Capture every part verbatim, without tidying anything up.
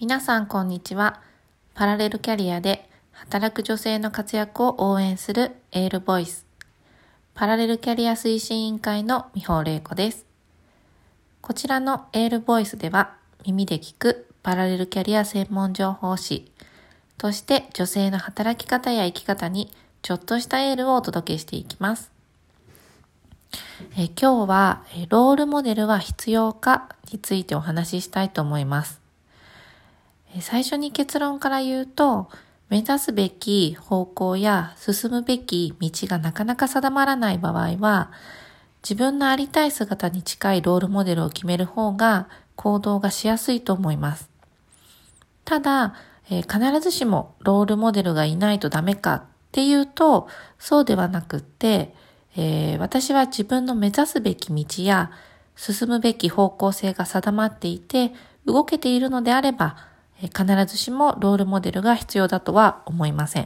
皆さんこんにちは。パラレルキャリアで働く女性の活躍を応援するエールボイス。パラレルキャリア推進委員会の美穂玲子です。こちらのエールボイスでは耳で聞くパラレルキャリア専門情報誌として女性の働き方や生き方にちょっとしたエールをお届けしていきます。え今日はロールモデルは必要かについてお話ししたいと思います。最初に結論から言うと、目指すべき方向や進むべき道がなかなか定まらない場合は、自分のありたい姿に近いロールモデルを決める方が行動がしやすいと思います。ただ、えー、必ずしもロールモデルがいないとダメかっていうと、そうではなくって、えー、私は自分の目指すべき道や進むべき方向性が定まっていて、動けているのであれば、必ずしもロールモデルが必要だとは思いません。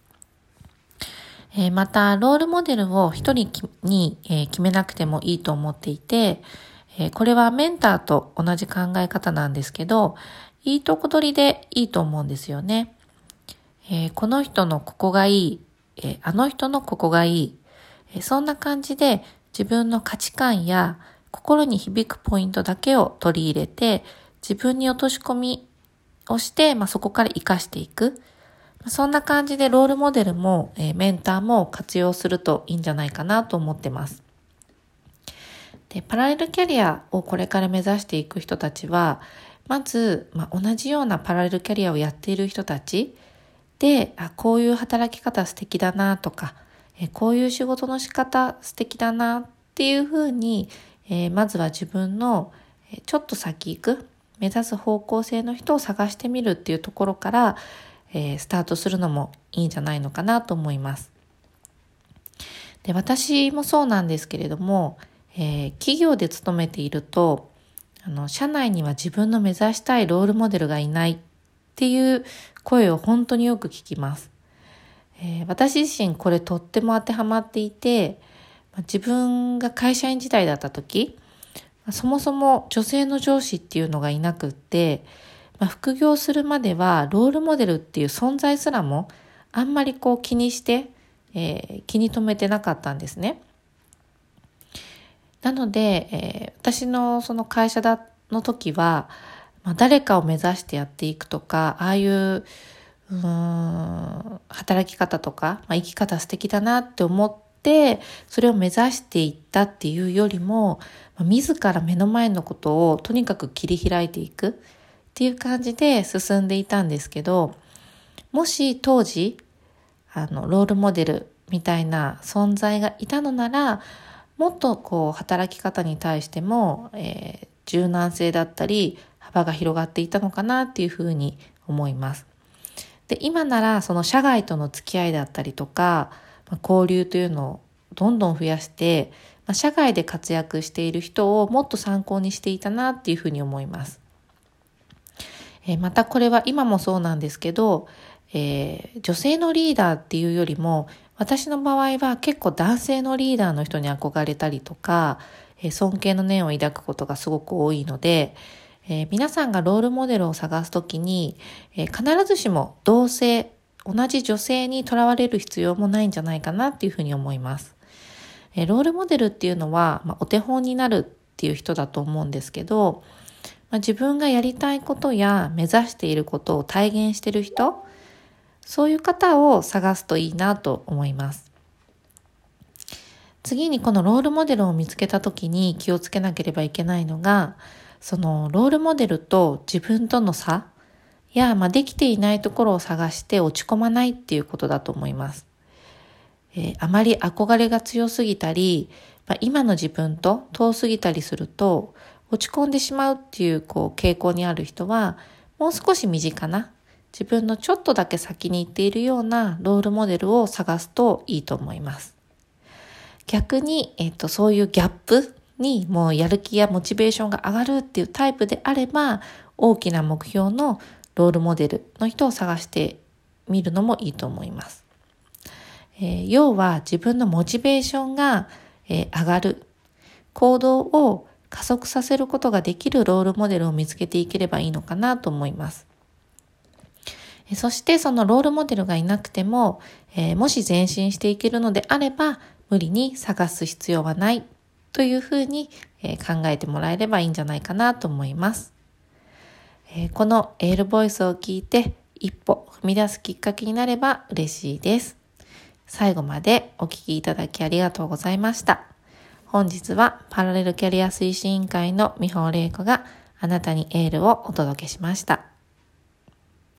えー、また、ロールモデルを一人に、えー、決めなくてもいいと思っていて、えー、これはメンターと同じ考え方なんですけど、いいとこ取りでいいと思うんですよね。えー、この人のここがいい、えー、あの人のここがいい、えー、そんな感じで自分の価値観や心に響くポイントだけを取り入れて、自分に落とし込みをして、まあ、そこから活かしていく。そんな感じでロールモデルも、えー、メンターも活用するといいんじゃないかなと思ってます。で、パラレルキャリアをこれから目指していく人たちは、まず、まあ、同じようなパラレルキャリアをやっている人たちで、あ、こういう働き方素敵だなとか、えー、こういう仕事の仕方素敵だなっていうふうに、えー、まずは自分の、えー、ちょっと先行く目指す方向性の人を探してみるっていうところから、えー、スタートするのもいいんじゃないのかなと思います。で、私もそうなんですけれども、えー、企業で勤めていると、あの、社内には自分の目指したいロールモデルがいないっていう声を本当によく聞きます。えー、私自身これとっても当てはまっていて、自分が会社員時代だった時、そもそも女性の上司っていうのがいなくって、まあ、副業するまではロールモデルっていう存在すらもあんまりこう気にして、えー、気に留めてなかったんですね。なので、えー、私のその会社だの時は、まあ、誰かを目指してやっていくとか、ああいう、うーん働き方とか、まあ、生き方素敵だなって思ってで、それを目指していったっていうよりも、自ら目の前のことをとにかく切り開いていくっていう感じで進んでいたんですけど、もし当時、あの、ロールモデルみたいな存在がいたのなら、もっとこう、働き方に対しても、えー、柔軟性だったり、幅が広がっていたのかなっていうふうに思います。で、今ならその社外との付き合いだったりとか、交流というのをどんどん増やして、社外で活躍している人をもっと参考にしていたなっていうふうに思います。えー、またこれは今もそうなんですけど、えー、女性のリーダーっていうよりも、私の場合は結構男性のリーダーの人に憧れたりとか、えー、尊敬の念を抱くことがすごく多いので、えー、皆さんがロールモデルを探すときに、えー、必ずしも同性同じ女性にとらわれる必要もないんじゃないかなっていうふうに思います。えロールモデルっていうのは、まあ、お手本になるっていう人だと思うんですけど、まあ、自分がやりたいことや目指していることを体現している人、そういう方を探すといいなと思います。次にこのロールモデルを見つけたときに気をつけなければいけないのが、そのロールモデルと自分との差や、まあ、できていないところを探して落ち込まないっていうことだと思います。えー、あまり憧れが強すぎたり、まあ、今の自分と遠すぎたりすると落ち込んでしまうっていう、こう傾向にある人は、もう少し身近な自分のちょっとだけ先に行っているようなロールモデルを探すといいと思います。逆に、えっと、そういうギャップにもうやる気やモチベーションが上がるっていうタイプであれば、大きな目標のロールモデルの人を探してみるのもいいと思います。えー、要は自分のモチベーションが、えー、上がる行動を加速させることができるロールモデルを見つけていければいいのかなと思います。 そしてそのロールモデルがいなくても、えー、もし前進していけるのであれば、無理に探す必要はないというふうに、えー、考えてもらえればいいんじゃないかなと思います。えー、このエールボイスを聞いて一歩踏み出すきっかけになれば嬉しいです。最後までお聞きいただきありがとうございました。本日はパラレルキャリア推進委員会の美穂玲子があなたにエールをお届けしました。